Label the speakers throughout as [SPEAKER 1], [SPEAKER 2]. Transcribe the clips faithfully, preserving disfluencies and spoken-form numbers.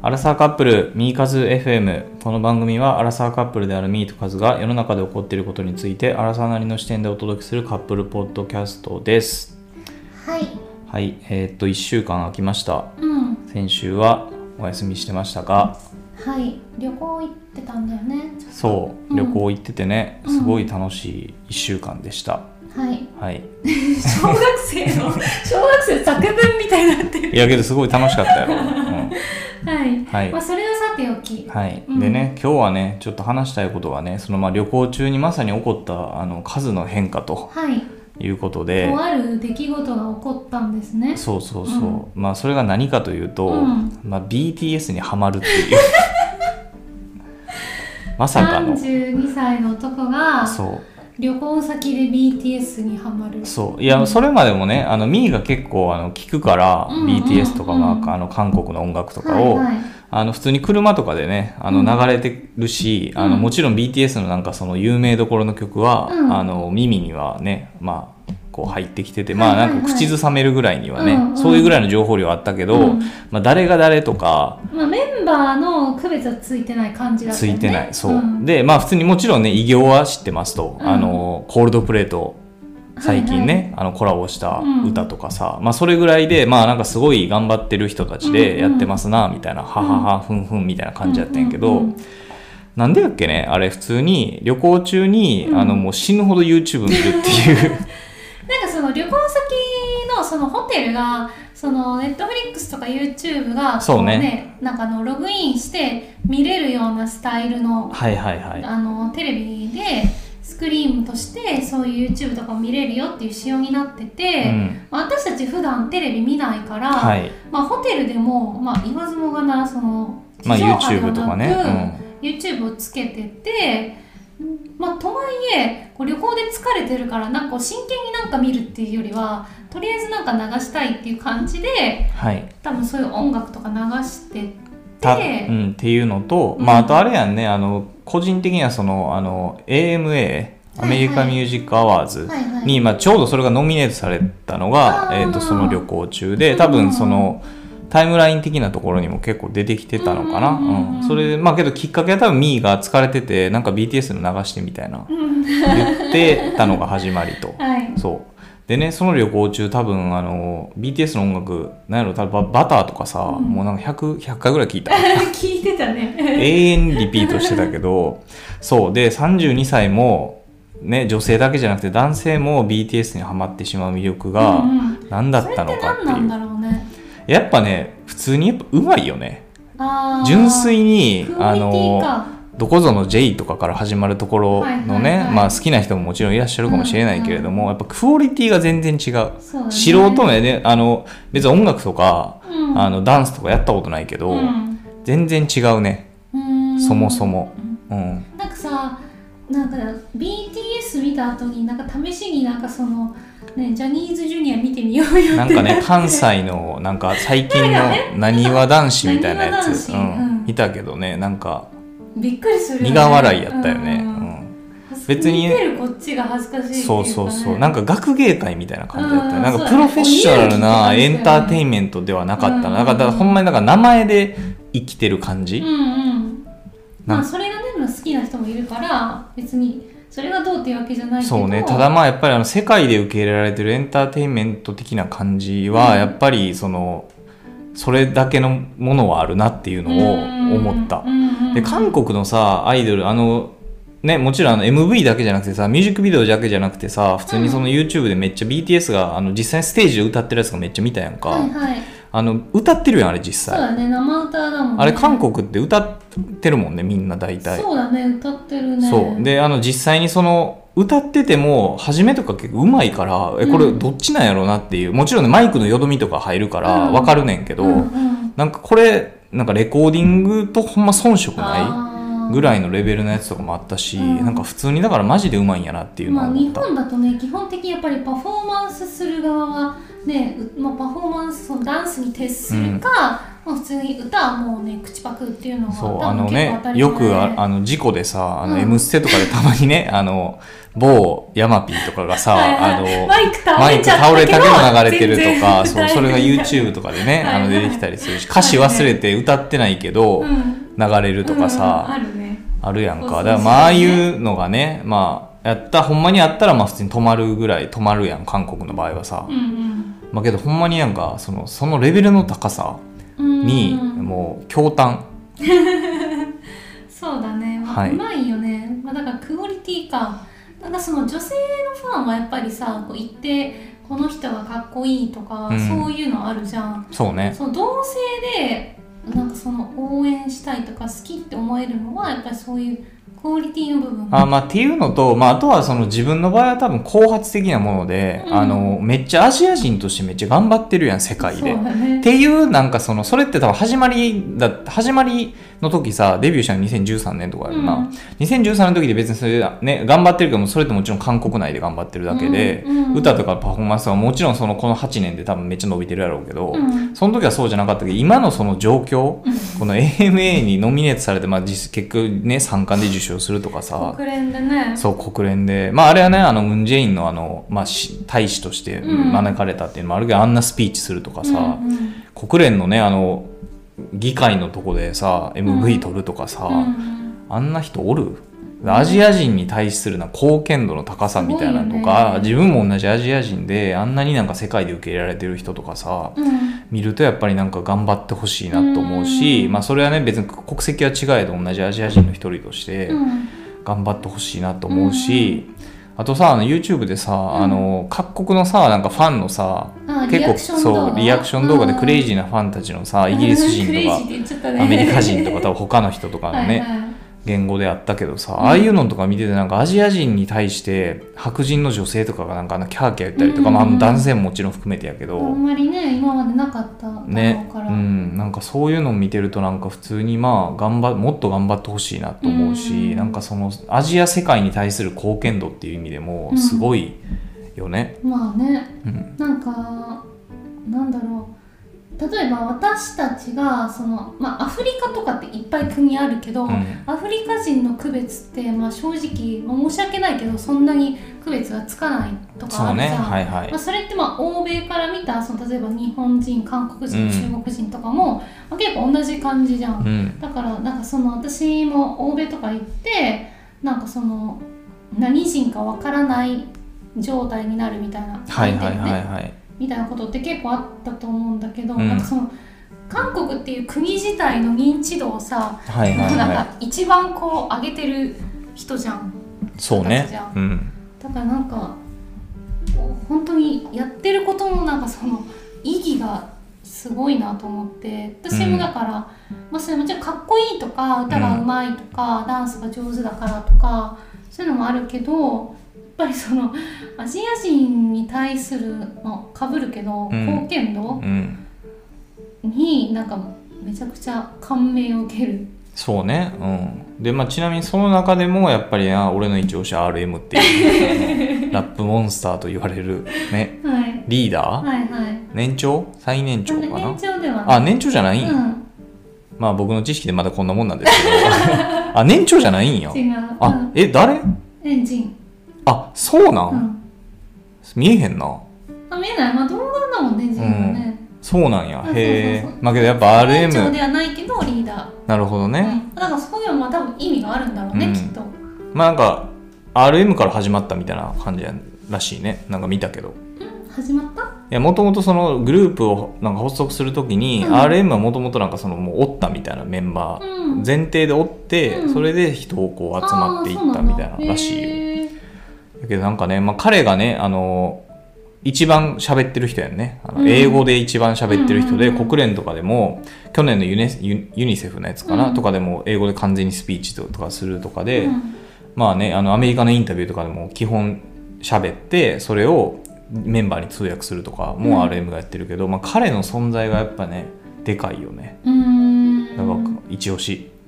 [SPEAKER 1] アラサーカップルミーカズ エフエム。 この番組はアラサーカップルであるミーとカズが世の中で起こっていることについてアラサーなりの視点でお届けするカップルポッドキャストです。
[SPEAKER 2] はい
[SPEAKER 1] はい、えー、っといっしゅうかん空きました、
[SPEAKER 2] うん、
[SPEAKER 1] 先週はお休みしてましたが、
[SPEAKER 2] はい、旅行行ってたんだよね。
[SPEAKER 1] そう、うん、旅行行っててね、すごい楽しいいっしゅうかんでした、
[SPEAKER 2] うん、はい、
[SPEAKER 1] はい、
[SPEAKER 2] 小学生の小学生作文みたいになってる。
[SPEAKER 1] いやけどすごい楽しかったやろ、うん、
[SPEAKER 2] はい、
[SPEAKER 1] はい、
[SPEAKER 2] まあ、それはさておき、
[SPEAKER 1] はい、
[SPEAKER 2] うん、
[SPEAKER 1] でね、今日はねちょっと話したいことがね、そのまあ旅行中にまさに起こったあの数の変化と、はい、いうことで、
[SPEAKER 2] とある出来事が起こったんですね。
[SPEAKER 1] そうそうそう、うん、まあそれが何かというと、うん、まあ、ビーティーエス にハマるっていうまさかの
[SPEAKER 2] さんじゅうにさいの男がそう旅行先で ビーティーエス にハマる。
[SPEAKER 1] そういや、うん、それまでもね、あのミーが結構あの聞くから、うんうんうん、ビーティーエス とか、まあ、あの韓国の音楽とかを、はいはい、あの普通に車とかでねあの流れてるし、うん、あのもちろん ビーティーエス のなんかその有名どころの曲は、うん、あの耳にはねまあこう入ってきてて、まあなんか口ずさめるぐらいにはね、うんうん、そういうぐらいの情報量あったけど、うん、まあ、誰が誰とか、
[SPEAKER 2] まあ、メンバーの区別はついてない感じだったよね。
[SPEAKER 1] ついてない、そう、うん、でまあ普通にもちろんね偉業は知ってますと、うん、あのコールドプレイと最近ね、はいはい、あのコラボした歌とかさ、うん、まあそれぐらいでまあなんかすごい頑張ってる人たちでやってますなみたいな、うんうん、はははふんふんみたいな感じやったんやけど、うんうんうん、なんでやっけねあれ普通に旅行中に、うん、あのもう死ぬほど YouTube 見るっていう
[SPEAKER 2] なんかその旅行先のそのホテルがその Netflix とか YouTube が
[SPEAKER 1] そうね、
[SPEAKER 2] ね、なんかあのログインして見れるようなスタイルの、
[SPEAKER 1] はいはいはい、
[SPEAKER 2] あのテレビでスクリーンとしてそういう YouTube とかを見れるよっていう仕様になってて、うん、まあ、私たち普段テレビ見ないから、はい、まあ、ホテルでも、まあ、言わずもがなその地上波ではなく、まあ、YouTube とかね、うん、YouTube をつけてて、まあ、とはいえこう旅行で疲れてるからなんかこう真剣になんか見るっていうよりはとりあえずなんか流したいっていう感じで、はい、多分そういう音楽とか流してて、
[SPEAKER 1] うん、っていうのと、うん、まあ、あとあれやんね、あの個人的にはそのあの エーエムエー アメリカミュージックアワーズに、まあ、ちょうどそれがノミネートされたのが、えー、とその旅行中で、多分そのタイムライン的なところにも結構出てきてたのかな、うんうんうん、それでまあけどきっかけは多分ミーが疲れててなんか ビーティーエス の流してみたいな、うん、言ってたのが始まりと、はい、そうでね、その旅行中多分あの ビーティーエス の音楽なんやろ、多分バターとかさ、うん、もうなんか ひゃく, ひゃっかいぐらい聞いた
[SPEAKER 2] 聞いてたね
[SPEAKER 1] 永遠にリピートしてたけどそうでさんじゅうにさいもね、女性だけじゃなくて男性も ビーティーエス にハマってしまう魅力が何だったのかっていう、うんうん、それって何なんだろうね。やっぱね普通にやっぱうまいよね。あ純粋にあのどこぞの J とかから始まるところのね、はいはいはい、まあ好きな人ももちろんいらっしゃるかもしれないけれども、うんうん、やっぱクオリティが全然違う。そうね、素人目であの別に音楽とか、うん、あのダンスとかやったことないけど、うん、全然違うね。うんそもそも、うん、
[SPEAKER 2] なんかさなんか ビーティーエス 見た後になんか試しになんかそのね、ジャニーズジュニア見てみようよって
[SPEAKER 1] なんかね関西のなんか最近のなにわ男子みたいなやつ、うん、見たけどねなんか
[SPEAKER 2] びっくりするよね、
[SPEAKER 1] 苦笑いやったよね、うんうん、
[SPEAKER 2] 別に見てるこっちが恥ずかしいっていうか、ね、
[SPEAKER 1] そうそうそうなんか学芸会みたいな感じだったよ、うん、なんかプロフェッショナルなエンターテインメントではなかったな、うん、なんかだからほんまになんか名前で生きてる感じ、うんうん、
[SPEAKER 2] まあそれがね好きな人もいるから別にそれがどうっていうわけじゃないけど、
[SPEAKER 1] そうね、ただまあやっぱりあの世界で受け入れられてるエンターテインメント的な感じはやっぱりそのそれだけのものはあるなっていうのを思った。で韓国のさアイドルあのねもちろんあの エムブイ だけじゃなくてさミュージックビデオだけじゃなくてさ普通にその YouTube でめっちゃ ビーティーエス があの実際にステージで歌ってるやつがめっちゃ見たやんか、はいはい、あの歌ってるやんあれ実際。
[SPEAKER 2] そうだね生歌だもんね。
[SPEAKER 1] あれ韓国って歌ってるもんねみんな大体。
[SPEAKER 2] そうだね歌ってるね。
[SPEAKER 1] そうであの実際にその歌ってても初めとか結構うまいからえこれどっちなんやろうなっていう、もちろんねマイクのよどみとか入るから分かるねんけど、うんうんうん、なんかこれなんかレコーディングとほんま遜色ないぐらいのレベルのやつとかもあったし、うん、なんか普通にだからマジでうまいんやなっていうのは思った。
[SPEAKER 2] まあ、日本だとね基本的にやっぱりパフォーマンスする側はね、まあ、パフォーマンスそのダンスに徹するか、 もう普通に歌はもうね口パクっていうのが
[SPEAKER 1] そう
[SPEAKER 2] 多分結構当たり前で、
[SPEAKER 1] よくああの事故でさあの、うん、M ステとかでたまにねあの某ヤマピーとかがさはい、はい、あの
[SPEAKER 2] マイク倒れちゃったけど
[SPEAKER 1] マイク倒れたけど流れてるとかそうそれが YouTube とかでねあの出てきたりするし歌詞忘れて歌ってないけど、はい、流れるとかさ、
[SPEAKER 2] うんうん、あるね
[SPEAKER 1] あるやんか。だからまあああいうのがねまあやったほんまにやったらまあ普通に止まるぐらい止まるやん韓国の場合はさ、
[SPEAKER 2] うんうん
[SPEAKER 1] まあ、けどほんまになんかそのそのレベルの高さにもう驚嘆
[SPEAKER 2] そうだね、まあはい、うまいよね、まあ、だからクオリティかなんかその女性のファンはやっぱりさこう言ってこの人がかっこいいとか、うん、そういうのあるじゃん。
[SPEAKER 1] そうね。
[SPEAKER 2] その同性でなんかその応援したいとか好きって思えるのはやっぱりそういうクオリティの部分
[SPEAKER 1] あ、まあ、っていうのと、まあ、あとはその自分の場合は多分後発的なもので、うん、あのめっちゃアジア人としてめっちゃ頑張ってるやん世界で、ね、っていうなんかそのそれって多分始まりだ始まりの時さデビューしたのにせんじゅうさんねんとかやるな、うん、にせんじゅうさんねんの時で別にそれ、ね、頑張ってるけどもそれってもちろん韓国内で頑張ってるだけで、うんうん、歌とかパフォーマンスはもちろんそのこのはちねんで多分めっちゃ伸びてるやろうけど、うん、その時はそうじゃなかったけど今のその状況、うん、この エーエムエー にノミネートされて、まあ、実結局ねさんかんで受賞するとかさ
[SPEAKER 2] 国連でね
[SPEAKER 1] そう国連でまああれはねあのムン・ジェインのあの、まあ、大使として招かれたっていうのもあるけど、うん、あんなスピーチするとかさ、うんうん、国連のねあの議会のとこでさ エムブイ 取るとかさ、うんうん、あんな人おるアジア人に対するな貢献度の高さみたいなのとか、ね、自分も同じアジア人であんなになんか世界で受け入れられてる人とかさ、うん、見るとやっぱりなんか頑張ってほしいなと思うし、うんまあ、それはね別に国籍は違えど同じアジア人の一人として頑張ってほしいなと思うし、うんあとさあの YouTube でさ、うん、あの各国のさなんかファンのさ結構そうリアクション動画でクレイジーなファンたちのさイギリス人とか、ね、アメリカ人とか多分他の人とかのねはい、はい、言語であったけどさ、うん、ああいうのとか見ててなんかアジア人に対して白人の女性とかがなんかキャーキャー言ったりとか、うんうん、まあ、男性ももちろん含めてやけど
[SPEAKER 2] あんまりね今までなかっただろうから
[SPEAKER 1] ね、うん、なんかそういうのを見てるとなんか普通にまあ頑張もっと頑張ってほしいなと思うし、うん、なんかそのアジア世界に対する貢献度っていう意味でもすごいよね、
[SPEAKER 2] うん、まあね、うん、なんかなんだろう例えば私たちがその、まあ、アフリカとかっていっぱい国あるけど、うん、アフリカ人の区別って、まあ、正直、まあ、申し訳ないけどそんなに区別がつかないとかあるじゃん。 そうね、はいはい、まあ、それってまあ欧米から見たその例えば日本人韓国人、うん、中国人とかも、まあ、結構同じ感じじゃん、うん、だからなんかその私も欧米とか行ってなんかその何人かわからない状態になるみたいな
[SPEAKER 1] はいはいはいはい
[SPEAKER 2] みたいなことって結構あったと思うんだけど、うん、なんかその韓国っていう国自体の認知度をさ、はいはいはい、なんか一番こう上げてる人じゃん。
[SPEAKER 1] そうね、うん、
[SPEAKER 2] だからなんか本当にやってることのなんかその意義がすごいなと思って私もだから、うんまあ、それもちろんかっこいいとか歌がうまいとか、うん、ダンスが上手だからとかそういうのもあるけどやっぱりそのアジア人に対するのかぶるけど、うん、貢献度になんかめちゃくちゃ感銘を受ける。
[SPEAKER 1] そうね、うん、で、まあ、ちなみにその中でもやっぱりな俺の一押しは アールエム っていうラップモンスターと言われる、ねはい、リーダー、はいはい、年長最年長かな
[SPEAKER 2] 年長ではない
[SPEAKER 1] あ年長じゃないん、うん、まあ僕の知識でまだこんなもんなんですけどあ年長じゃないんや
[SPEAKER 2] 違う、
[SPEAKER 1] あ、うん、え誰
[SPEAKER 2] エンジン
[SPEAKER 1] あ、そうなん、うん、見えへんな
[SPEAKER 2] あ見えない、まあ動画だもんね、自分はね、
[SPEAKER 1] うん、そうなんや、へえ、まあけどやっぱ アールエム
[SPEAKER 2] 年長ではないけどリーダー
[SPEAKER 1] なるほどね、
[SPEAKER 2] うん、だからそういうのは多分意味があるんだろうね、うん、きっと
[SPEAKER 1] まあなんか アールエム から始まったみたいな感じらしいね、なんか見たけど
[SPEAKER 2] うん始まった？い
[SPEAKER 1] やもともとそのグループをなんか発足するときに、うん、アールエム はもともとなんかそのもうおったみたいなメンバー、うん、前提でおって、うん、それで人をこう集まっていったみたいならしいよ。だけどなんかね、まあ、彼がねあの一番喋ってる人やんね、あの英語で一番喋ってる人で、うん、国連とかでも去年のユネユユニセフのやつかな、うん、とかでも英語で完全にスピーチとかするとかで、うん、まあねあのアメリカのインタビューとかでも基本喋ってそれをメンバーに通訳するとかも アールエム がやってるけど、うんまあ、彼の存在がやっぱねでかいよね。うーんだから一押し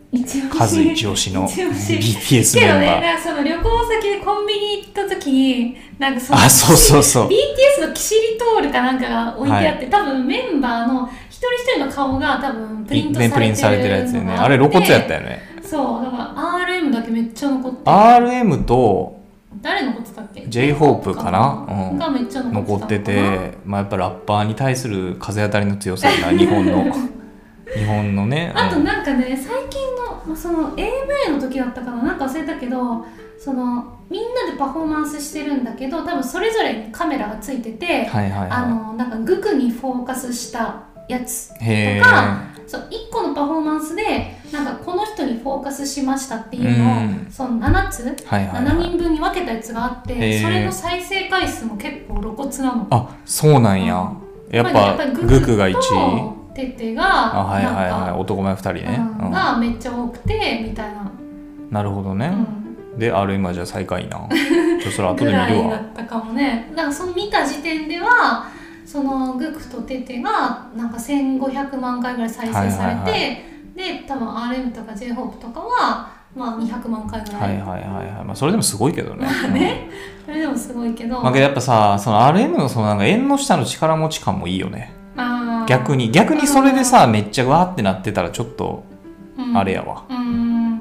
[SPEAKER 1] 数一押しの ビーティーエス メンバー。
[SPEAKER 2] けどね、なんかその旅行先でコンビニ行った時になんかその
[SPEAKER 1] あ、そうそうそう
[SPEAKER 2] ビーティーエス のキシリトールかなんかが置いてあって、はい、多分メンバーの一人一人の顔が多分プリントされてるのがあって、ね、プリントされてるやつよね。あれ露骨やったよね。そうだから アールエム だけめっちゃ残ってる。
[SPEAKER 1] アールエム と
[SPEAKER 2] 誰残ってたっけ？
[SPEAKER 1] ジェイホープ かな、うん、
[SPEAKER 2] がめっちゃ残ってたのかな。
[SPEAKER 1] 残ってて、まあ、やっぱラッパーに対する風当たりの強さが日本の日本のね、
[SPEAKER 2] あとなんかね、最近のその エーエムエー の時だったかな、なんか忘れたけど、そのみんなでパフォーマンスしてるんだけど、多分それぞれにカメラがついてて、はいはいはい、あのなんかグクにフォーカスしたやつとか、そういっこのパフォーマンスでなんかこの人にフォーカスしましたっていうのを、うん、そのななつ、はいはいはい、ななにんぶんに分けたやつがあって、それの再生回数も結構露骨なの。
[SPEAKER 1] あ、そうなんや、うん、やっぱグクがいちい、
[SPEAKER 2] テテが
[SPEAKER 1] あ、はいはいはい、男前ふたりね、
[SPEAKER 2] うん、がめっちゃ多くてみたいな。
[SPEAKER 1] なるほどね、うん、で アールエム はじゃあ最下位なちょっとそれ後で見るわ。ぐらい
[SPEAKER 2] だったかもね。なんかその見た時点ではそのグクとテテがなんかせんごひゃくまんかいぐらい再生されて、はいはいはい、で多分 アールエム とか ジェイホープ とかはまあにひゃくまんかいぐらい。
[SPEAKER 1] はいはいはいはい、まあ、それでもすごいけどね。
[SPEAKER 2] ね、それでもすごいけど、
[SPEAKER 1] まあ、やっぱさ、その アールエム のそのなんか縁の下の力持ち感もいいよね。あ、逆に逆にそれでさ、めっちゃわーってなってたらちょっとあれやわ、
[SPEAKER 2] うん、うん、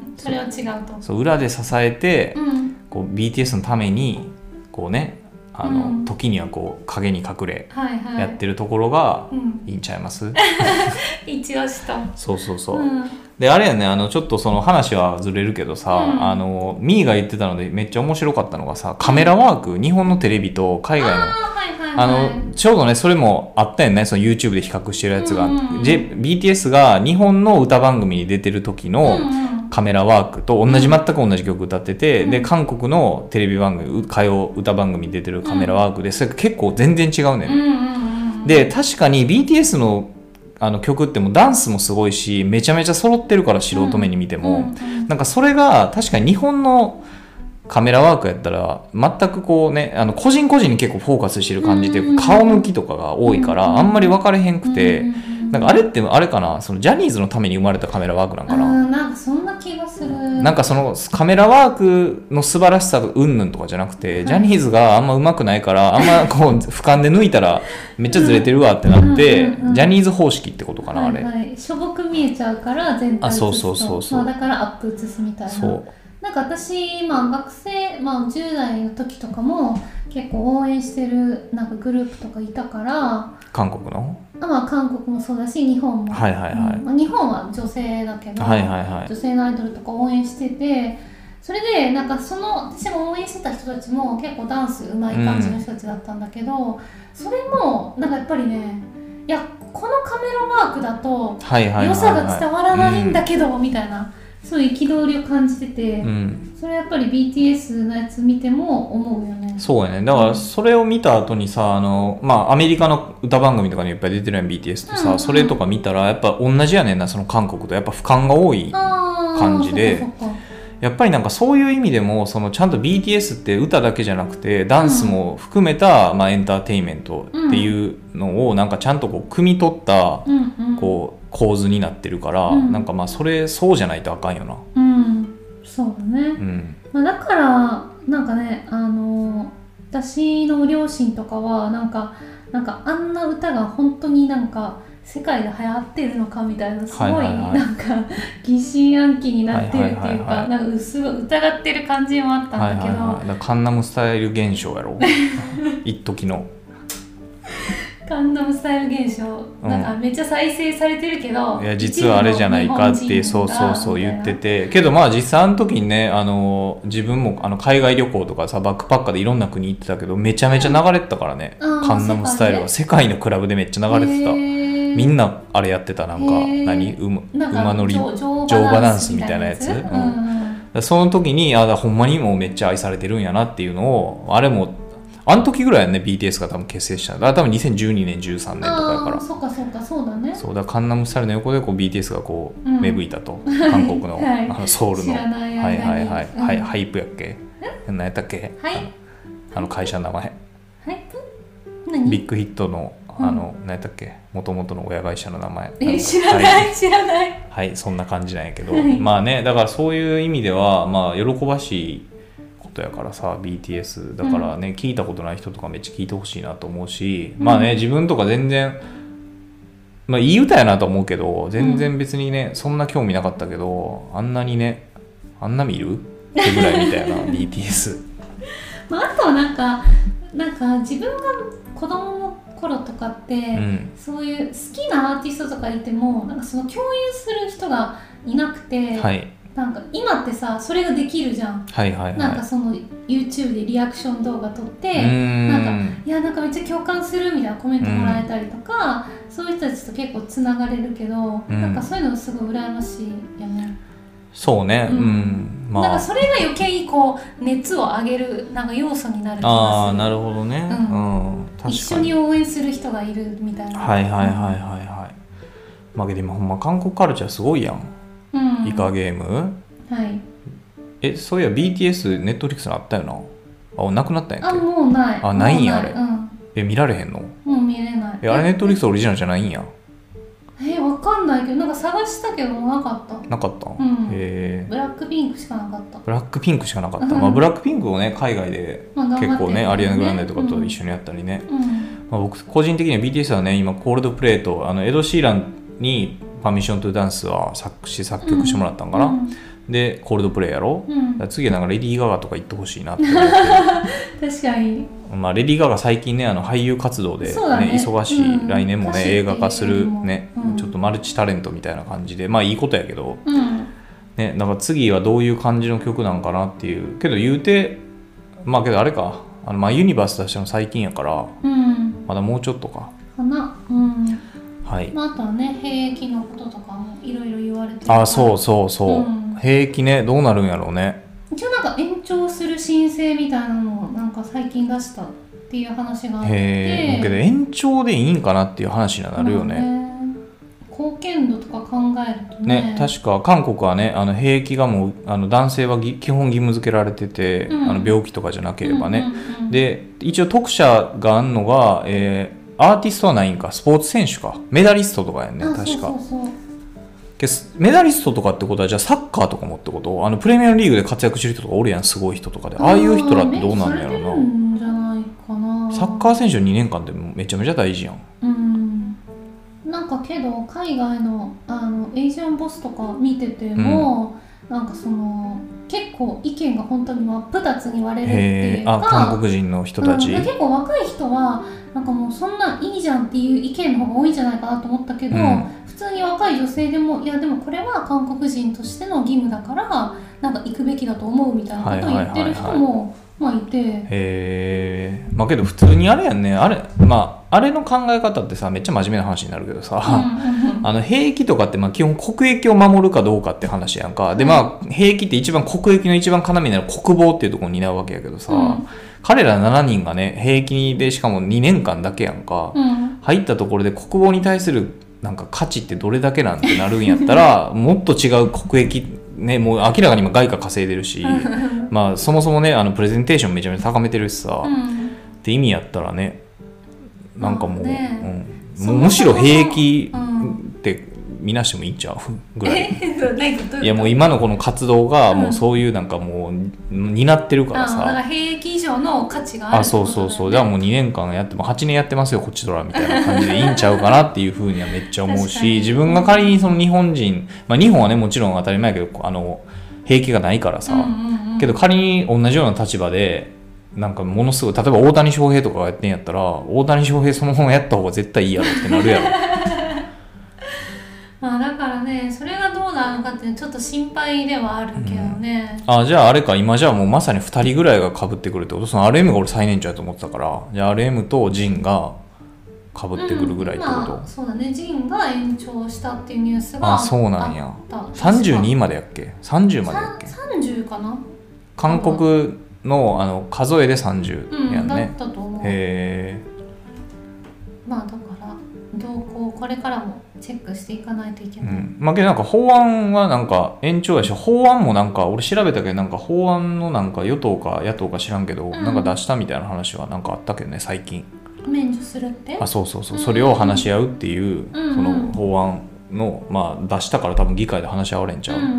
[SPEAKER 2] それは違うと。
[SPEAKER 1] そう裏で支えて、
[SPEAKER 2] うん、
[SPEAKER 1] こう ビーティーエス のためにこうね、あの、うん、時にはこう影に隠れやってるところがいいんちゃいます、うん、
[SPEAKER 2] 一押しと。
[SPEAKER 1] そうそうそう、うん、であれやね、あのちょっとその話はずれるけどさ、うん、あのミーが言ってたのでめっちゃ面白かったのがさ、カメラワーク、うん、日本のテレビと海外の あ、はいはいはい、あのちょうどねそれもあったよね、その YouTube で比較してるやつが、うんうん、J、ビーティーエス が日本の歌番組に出てる時の、うんうん、カメラワークと同じ、全く同じ曲歌ってて、うん、で韓国のテレビ番組、歌謡歌番組に出てるカメラワークで、それ結構全然違うねん、うんうんうん、で確かに ビーティーエス のあの曲ってもうダンスもすごいし、めちゃめちゃ揃ってるから、素人目に見ても、うんうんうん、なんかそれが確かに日本のカメラワークやったら全くこうね、あの個人個人に結構フォーカスしてる感じで、顔向きとかが多いからあんまり分かれへんくて、なんかあれってあれかな、そのジャニーズのために生まれたカメラワークなんかな。
[SPEAKER 2] うん、なんかそんな気がする。
[SPEAKER 1] なんかそのカメラワークの素晴らしさとうんぬんとかじゃなくて、はい、ジャニーズがあんま上手くないからあんまこう俯瞰で抜いたらめっちゃずれてるわってなって、うんうんうんうん、ジャニーズ方式ってことかな、はいはい、あれ。
[SPEAKER 2] しょぼく見えちゃうから全体映すと、
[SPEAKER 1] あ、そうそうそうそう、
[SPEAKER 2] まあ、だからアップ映すみたいな。そう、なんか私、まあ、学生、まあ、じゅう代の時とかも結構応援してるなんかグループとかいたから。
[SPEAKER 1] 韓国の？
[SPEAKER 2] あ、まあ、韓国もそうだし日本も、
[SPEAKER 1] はいはいはい、
[SPEAKER 2] うん、まあ、日本は女性だけど、はいはいはい、女性のアイドルとか応援してて、それでなんかその私も応援してた人たちも結構ダンス上手い感じの人たちだったんだけど、うん、それもなんかやっぱりね、いやこのカメラワークだと良さが伝わらないんだけど、みたいな、そういう憤りを感じてて、うん、それやっぱり ビーティーエス のやつ見ても思うよね。
[SPEAKER 1] そうやね。だからそれを見た後にさ、あの、まあ、アメリカの歌番組とかにいっぱい出てるやん ビーティーエス ってさ、うんうん、それとか見たらやっぱ同じやねんな、その韓国とやっぱ俯瞰が多い感じで、やっぱりなんかそういう意味でもそのちゃんと ビーティーエス って歌だけじゃなくてダンスも含めた、まあ、エンターテインメントっていうのをなんかちゃんとこう汲み取ったこう構図になってるから、うん、なんかまあそれそうじゃないとあかんよな。
[SPEAKER 2] うん、そうだね、うん、まあ、だからなんかね、あの私の両親とかはなんかなんかあんな歌が本当になんか世界で流行ってるのかみたいな、すごいなんか疑心暗鬼になってるっていうか、なんかすごい疑ってる感じもあったんだけど、はいはいはい、
[SPEAKER 1] だからカンナムスタイル現象やろ一時の
[SPEAKER 2] カンナムスタイル現象、なんかめっちゃ再生されてるけど、
[SPEAKER 1] いや実はあれじゃないかってそうそうそう言ってて、けどまあ実際あの時にね、あの自分もあの海外旅行とかさバックパッカーでいろんな国行ってたけどめちゃめちゃ流れてたからね、うん、カンナムスタイルは世界のクラブでめっちゃ流れてた。みんなあれやってた、なんか何馬馬乗り乗馬ダンスみたいなやつ、うんうん、その時にあほんまにもうめっちゃ愛されてるんやなっていうのを、あれもあの時ぐらいね ビーティーエス が多分結成した。だから多分にせんじゅうにねんじゅうさんねんとかやから。
[SPEAKER 2] そうかそうかそうだね。
[SPEAKER 1] そうだ、カンナムスタイルの横でこう ビーティーエス がこう、うん、芽吹いたと、韓国の、はい、あのソウルのはいはいはい、うん、はい、ハイプやっけ、何やったっけ、はい、あの会社の名前、
[SPEAKER 2] ハイプ何？
[SPEAKER 1] ビッグヒットの
[SPEAKER 2] うん、
[SPEAKER 1] あの何やったっけ、もともとの親会社の名前、
[SPEAKER 2] え知らない、はい、知らない
[SPEAKER 1] はい、そんな感じなんやけど、
[SPEAKER 2] はい、
[SPEAKER 1] まあね、だからそういう意味ではまあ喜ばしいことやからさ ビーティーエス だからね、うん、聞いたことない人とかめっちゃ聞いてほしいなと思うし、うん、まあね自分とか全然まあいい歌やなと思うけど全然別にね、うん、そんな興味なかったけどあんなにねあんな見るってぐらいみたいなビーティーエス
[SPEAKER 2] まあ、あとはなんかなんか自分が子供の頃とかって、うん、そういう好きなアーティストとかいてもなんかその共有する人がいなくて、はい、なんか今ってさそれができるじゃん、
[SPEAKER 1] はいはいはい、
[SPEAKER 2] なんかその YouTube でリアクション動画撮ってなんかいやなんかめっちゃ共感するみたいなコメントもらえたりとか、そういう人たちと結構つながれるけど、うん、なんかそういうのすごい羨ましいよね。
[SPEAKER 1] そうね、うん、うん
[SPEAKER 2] まあ、なんかそれが余計にこう熱を上げるなんか要素になる気がする。
[SPEAKER 1] ああなるほどね、うん
[SPEAKER 2] うん、確かに一緒に応援する人がいるみたいな。
[SPEAKER 1] はいはいはいはいはい。まあけど今ほんま韓国カルチャーすごいやん、うん、イカゲーム、
[SPEAKER 2] はい、
[SPEAKER 1] えそういや ビーティーエス ネットフリックスにあったよな。あなくなったんやっけ。
[SPEAKER 2] あもうない。
[SPEAKER 1] あないんやあれ、
[SPEAKER 2] うん、
[SPEAKER 1] え見られへんの。
[SPEAKER 2] もう見れない。
[SPEAKER 1] えあれネットフリックスオリジナルじゃないんや。
[SPEAKER 2] えー、わかんないけどなんか探したけどなかった。
[SPEAKER 1] なかった、
[SPEAKER 2] うん、
[SPEAKER 1] へ
[SPEAKER 2] ブラックピンクしかなかった。
[SPEAKER 1] ブラックピンクしかなかった、まあ、ブラックピンクをね海外で結構ね、まあ、アリアナ・グランデとかと一緒にやったりね、うんまあ、僕個人的には ビーティーエス はね今コールドプレイとあのエド・シーランにパーミッション・トゥ・ダンスは作詞作曲してもらったんかな、うん、でコールドプレイやろ、うん、次はなんかレディー・ガガとか行ってほしいなって思って
[SPEAKER 2] 確かに、
[SPEAKER 1] まあ、レディー・ガガ最近ねあの俳優活動で、ねね、忙しい、うん、来年もね映画化するね、うん、ちょっとマルチタレントみたいな感じでまあいいことやけど、うんね、だから次はどういう感じの曲なんかなっていうけど言うてまあけどあれかあの、まあ、ユニバース出したの最近やから、うん、まだもうちょっとか
[SPEAKER 2] かな、うん
[SPEAKER 1] はい
[SPEAKER 2] まあ、あとはね兵役のこととかもいろいろ言われてる
[SPEAKER 1] あそうそうそう、うん、兵役ねどうなるんやろうね。
[SPEAKER 2] 一応なんか延長する申請みたいなのをなんか最近出したっていう話があって
[SPEAKER 1] へえけど延長でいいんかなっていう話にはなるよね、まあね
[SPEAKER 2] 貢献度とか考えると
[SPEAKER 1] ね、ね確か韓国はねあの兵役がもうあの男性は基本義務付けられてて、うん、あの病気とかじゃなければね、うんうんうん、で一応特赦があるのが、えー、アーティストはないんかスポーツ選手かメダリストとかやんね確か
[SPEAKER 2] そうそうそう
[SPEAKER 1] メダリストとかってことはじゃあサッカーとかもってことあのプレミアムリーグで活躍してる人とかおるやんすごい人とかでああいう人らってどうなんのやろな、
[SPEAKER 2] ね、じゃないかな
[SPEAKER 1] サッカー選手にねんかんってめちゃめちゃ大事やん、
[SPEAKER 2] うんなんかけど海外 の, あのエイジアンボスとか見てても、うん、なんかその結構意見が本当に真っ二つに割れるっていうか
[SPEAKER 1] あ韓国人の人たち、
[SPEAKER 2] うん、結構若い人はなんかもうそんないいじゃんっていう意見の方が多いんじゃないかなと思ったけど、うん、普通に若い女性でもいやでもこれは韓国人としての義務だからなんか行くべきだと思うみたいなことを言ってる人も、はいはいはいはいまあいてへ
[SPEAKER 1] えまあけど普通にあれやんねあれまああれの考え方ってさめっちゃ真面目な話になるけどさ、うん、あの兵役とかってまあ基本国益を守るかどうかって話やんか、うん、でまあ兵役って一番国益の一番要になる国防っていうところに担うわけやけどさ、うん、彼らしちにんがね兵役でしかもにねんかんだけやんか、うん、入ったところで国防に対するなんか価値ってどれだけなんてなるんやったらもっと違う国益ね、もう明らかに今外貨稼いでるしまあそもそもねあのプレゼンテーションめちゃめちゃ高めてるしさ、うん、って意味やったらねなんかもう、ねうん、もうむしろ兵役って見なしてもいいんちゃうぐらいいやもう今のこの活動がもうそういうなんかもう担ってるからさ、うん、だ
[SPEAKER 2] から兵役以上の価値がある
[SPEAKER 1] あそうそうそうじゃあもうにねんかんやってもはちねんやってますよこっちとらみたいな感じでいいんちゃうかなっていうふうにはめっちゃ思うし自分が仮にその日本人まあ日本はねもちろん当たり前やけどあの兵役がないからさ、うんうんうん、けど仮に同じような立場でなんかものすごい例えば大谷翔平とかがやってんやったら大谷翔平そのままやった方が絶対いいやろってなるやろ
[SPEAKER 2] まあだからねそれがどうなのかってちょっと心配ではあるけどね、
[SPEAKER 1] うん、あじゃああれか今じゃあもうまさにふたりぐらいが被ってくるってことその アールエム が俺最年長やと思ってたからじゃあ アールエム とジンが被ってくるぐらいってこと、うん
[SPEAKER 2] まあ、そうだねジンが延長したっていうニュースがあった
[SPEAKER 1] あそうなんやさんじゅうにまでやっけさんじゅうまでやっけ
[SPEAKER 2] さんじゅうかな
[SPEAKER 1] 韓国 の, あの数えでさんじゅうやんね、
[SPEAKER 2] うん、だったと思う
[SPEAKER 1] へ
[SPEAKER 2] ーまあだから動向これからもチェックしていかないといけない、うん、
[SPEAKER 1] まあけどなんか法案はなんか延長やし法案もなんか俺調べたけどなんか法案のなんか与党か野党か知らんけど、うん、なんか出したみたいな話はなんかあったけどね最近
[SPEAKER 2] 免除除するって、
[SPEAKER 1] あ、そうそうそう、それを話し合うっていう、うんうん、その法案の、まあ、出したから多分議会で話し合われんちゃう、うんうんうん、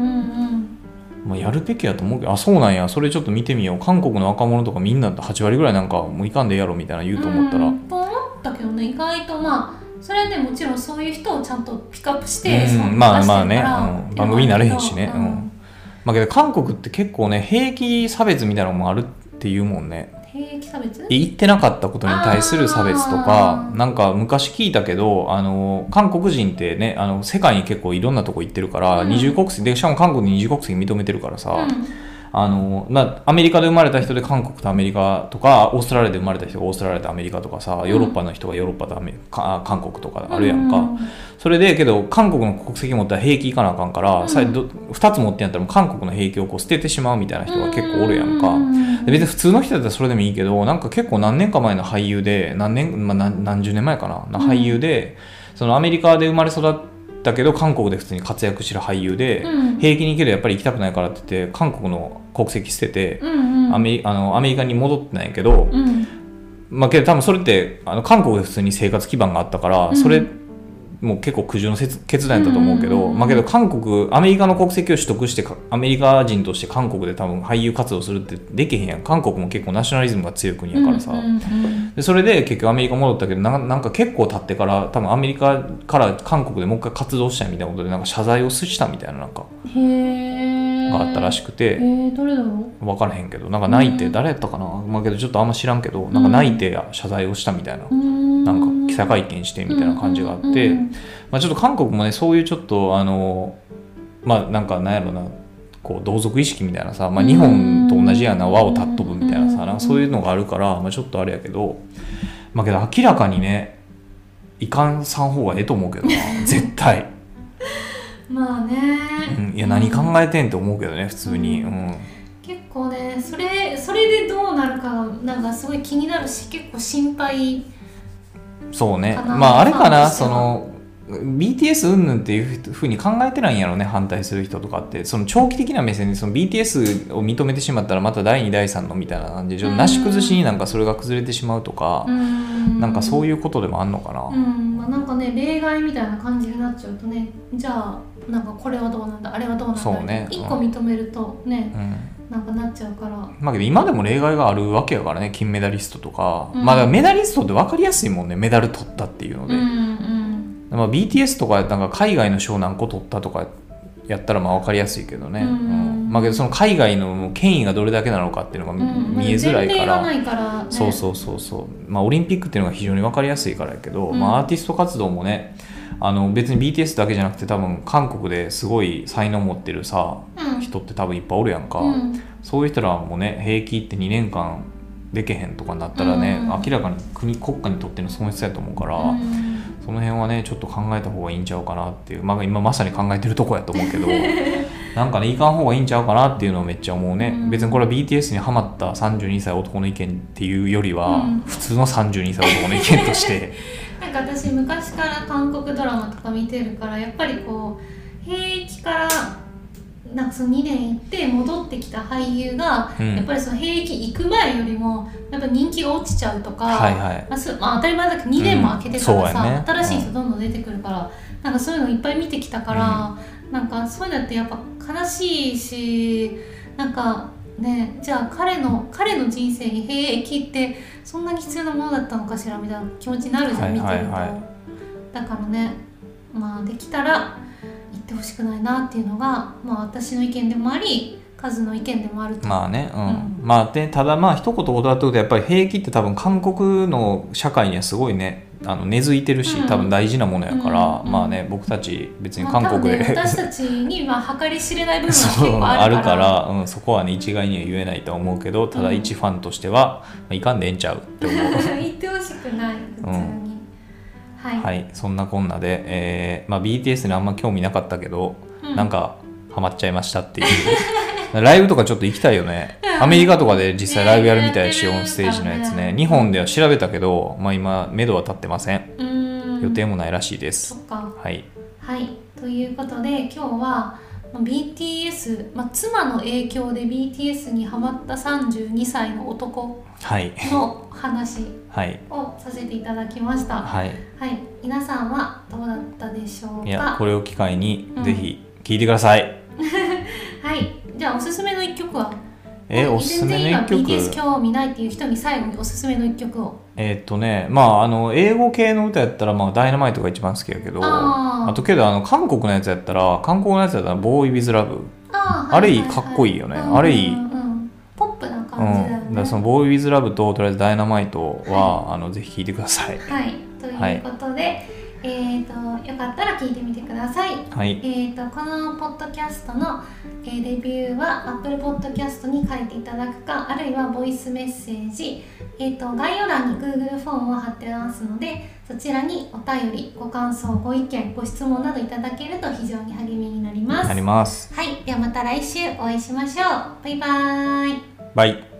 [SPEAKER 1] まあ、やるべきやと思うけど、あ、そうなんや、それちょっと見てみよう。韓国の若者とかみんなはち割ぐらいなんかもういかんでやろみたいな言うと思ったら、
[SPEAKER 2] うん、と思ったけどね、意外とまあそれでもちろんそういう人をちゃんとピックアップして、
[SPEAKER 1] うん、まあまあね、うん、番組になれへんしね、うんうん、まあけど韓国って結構ね、兵役差別みたいなのもあるっていうもんね。
[SPEAKER 2] 兵役差別？
[SPEAKER 1] 言ってなかったことに対する差別とか、なんか昔聞いたけど、あの韓国人ってね、あの世界に結構いろんなとこ行ってるから、うん、二重国籍で、しかも韓国に二重国籍認めてるからさ、うん、あのまあ、アメリカで生まれた人で韓国とアメリカとか、オーストラリアで生まれた人がオーストラリアとアメリカとかさ、ヨーロッパの人がヨーロッパとアメか韓国とかあるやんか、うん、それでけど韓国の国籍持ったら兵役行かなあかんから、うん、ふたつ持ってんやったら韓国の兵役をこう捨ててしまうみたいな人が結構おるやんか、うん、で別に普通の人だったらそれでもいいけど、なんか結構何年か前の俳優で何年、まあ、何, 何十年前かなな俳優で、うん、そのアメリカで生まれ育ってだけど韓国で普通に活躍してる俳優で、うん、兵役に行けどやっぱり行きたくないからって言って韓国の国籍捨てて、うんうん、アメリ、あのアメリカに戻ってないんやけど、うん、まあけど多分それってあの韓国で普通に生活基盤があったから、うん、それもう結構苦渋の決断やったと思うけど、うんうん、まあけど韓国アメリカの国籍を取得してアメリカ人として韓国で多分俳優活動するってできへんやん。韓国も結構ナショナリズムが強い国やからさ、うんうんうん、でそれで結局アメリカ戻ったけど な, なんか結構経ってから多分アメリカから韓国でもう一回活動したいみたいなことでなんか謝罪をしたみたいななんかへがあったらしくて、
[SPEAKER 2] へどれだろう
[SPEAKER 1] 分からへんけど、なんか泣いて、うん、誰やったかな、まあけどちょっとあんま知らんけど、なんか泣いて謝罪をしたみたいな、うん、なんか記者会見してみたいな感じがあって、うんうんうん、まあ、ちょっと韓国もねそういうちょっとあのまあなんかなんやろな、こう同族意識みたいなさ、まあ、日本と同じやな輪を尊ぶみたいなさ、なんかそういうのがあるから、まあ、ちょっとあれやけど、まあけど明らかにねいかんさん方がええと思うけどな絶対
[SPEAKER 2] まあね、
[SPEAKER 1] うん、いや何考えてんって思うけどね普通に、うん、
[SPEAKER 2] 結構ねそれそれでどうなるかなんかすごい気になるし、結構心配。
[SPEAKER 1] そうね、まああれかな、その ビーティーエス 云々っていうふうに考えてないんやろね、反対する人とかって。その長期的な目線でその ビーティーエス を認めてしまったらまただいにだいさんのみたいな感じでちょっとなし崩しになんかそれが崩れてしまうとか、うん、なんかそういうことでもあんのかな、
[SPEAKER 2] うん、まあ、なんかね例外みたいな感じになっちゃうとね、じゃあなんかこれはどうなんだあれはどうなんだ、そうね、いっこ認めるとね、うん、なんかなっちゃうから。
[SPEAKER 1] まあけど今でも例外があるわけやからね、金メダリストとか、うん、まあだからメダリストって分かりやすいもんね、メダル取ったっていうので、うんうん、まあ、ビーティーエス とかなんか海外の賞何個取ったとかやったらまあ分かりやすいけどね、うんうん、まあけどその海外の権威がどれだけなのかっていうのが見えづらいから、うん、前例がないからね、そうそうそうそう、まあオリンピックっていうのが非常に分かりやすいからやけど、うん、まあアーティスト活動もね、あの別に ビーティーエス だけじゃなくて多分韓国ですごい才能持ってるさ、うん、人って多分いっぱいおるやんか、うん、そういう人らもね兵役ってにねんかんでけへんとかになったらね、うん、明らかに国国家にとっての損失やと思うから、うん、その辺はねちょっと考えた方がいいんちゃうかなっていう、まあ、今まさに考えてるとこやと思うけどなんかねいかん方がいいんちゃうかなっていうのをめっちゃ思うね、うん、別にこれは ビーティーエス にハマったさんじゅうにさい男の意見っていうよりは、うん、普通のさんじゅうにさい男の意見として
[SPEAKER 2] なんか私昔から韓国ドラマとか見てるから、やっぱりこう兵役からなんかそのにねん行って戻ってきた俳優が、うん、やっぱりその兵役行く前よりもやっぱ人気が落ちちゃうとか、はいはい、まあすまあ、当たり前だけどにねんも空けてからさ、うんね、新しい人どんどん出てくるから、うん、なんかそういうのいっぱい見てきたから、うん、なんかそういうのってやっぱ悲しいし、なんかね、じゃあ彼の彼の人生に兵役ってそんなに必要なものだったのかしらみたいな気持ちになるじゃん、見てると、はいはいはい、だからね、まあできたら言ってほしくないなっていうのが、まあ、私の意見でもありカズの意見でもあると。
[SPEAKER 1] まあね、うんうん、まあでただまあ一言断っておくとやっぱり兵役って多分韓国の社会にはすごいねあの根付いてるし、うん、多分大事なものやから、うん、まあね僕たち別に韓国で、まあね、
[SPEAKER 2] 私たちには計り知れない部分が結構あるから
[SPEAKER 1] あるから、うん、そこはね一概には言えないと思うけど、ただ一ファンとしては、まあ、いかんでええんちゃうって思う
[SPEAKER 2] 言ってほしくない普通に、うん
[SPEAKER 1] はい、はい、そんなこんなで、えーまあ、ビーティーエス にあんま興味なかったけど、うん、なんかハマっちゃいましたっていうライブとかちょっと行きたいよね、うん、アメリカとかで実際ライブやるみたいし、オンステージのやつね、日本では調べたけど、まあ、今目処は立ってません、うん、予定もないらしいです。
[SPEAKER 2] そっか、
[SPEAKER 1] はい、
[SPEAKER 2] はい、ということで今日はビーティーエス、まあ、妻の影響で ビーティーエス にハマったさんじゅうにさいの男の話をさせていただきました。はい、はい、皆さんはどうだったでしょうか。
[SPEAKER 1] いや、これを機会にぜひ聴いてください。
[SPEAKER 2] うん、はい、じゃあおすすめの一曲は？
[SPEAKER 1] えおすすめの一曲、
[SPEAKER 2] 全然今 ビーティーエス 興味ないっていう人に最後におすすめの一曲を。
[SPEAKER 1] えーっとねまああの英語系の歌やったら、まあ、ダイナマイトが一番好きやけど、あ, あとけどあの韓国のやつやったら韓国のやつやったらボーイ・ウィズ・ラブ、あ, あれいい、かっこいいよね、うん、あれいい、うん、
[SPEAKER 2] ポップな感じだよね、
[SPEAKER 1] うん、だからそのボーイ・ウィズ・ラブととりあえずダイナマイトは、はい、あのぜひ聴いてください。
[SPEAKER 2] はい、ということで、はい、えーと、よかったら聞いてみてください。はい、えーと、このポッドキャストの、えー、レビューは Apple Podcast に書いていただくか、あるいはボイスメッセージ、えーと、概要欄に Google フォームを貼ってますので、そちらにお便り、ご感想、ご意見、ご質問などいただけると非常に励みになります。
[SPEAKER 1] なります。
[SPEAKER 2] はい、ではまた来週お会いしましょう。バイバーイ。
[SPEAKER 1] バイ。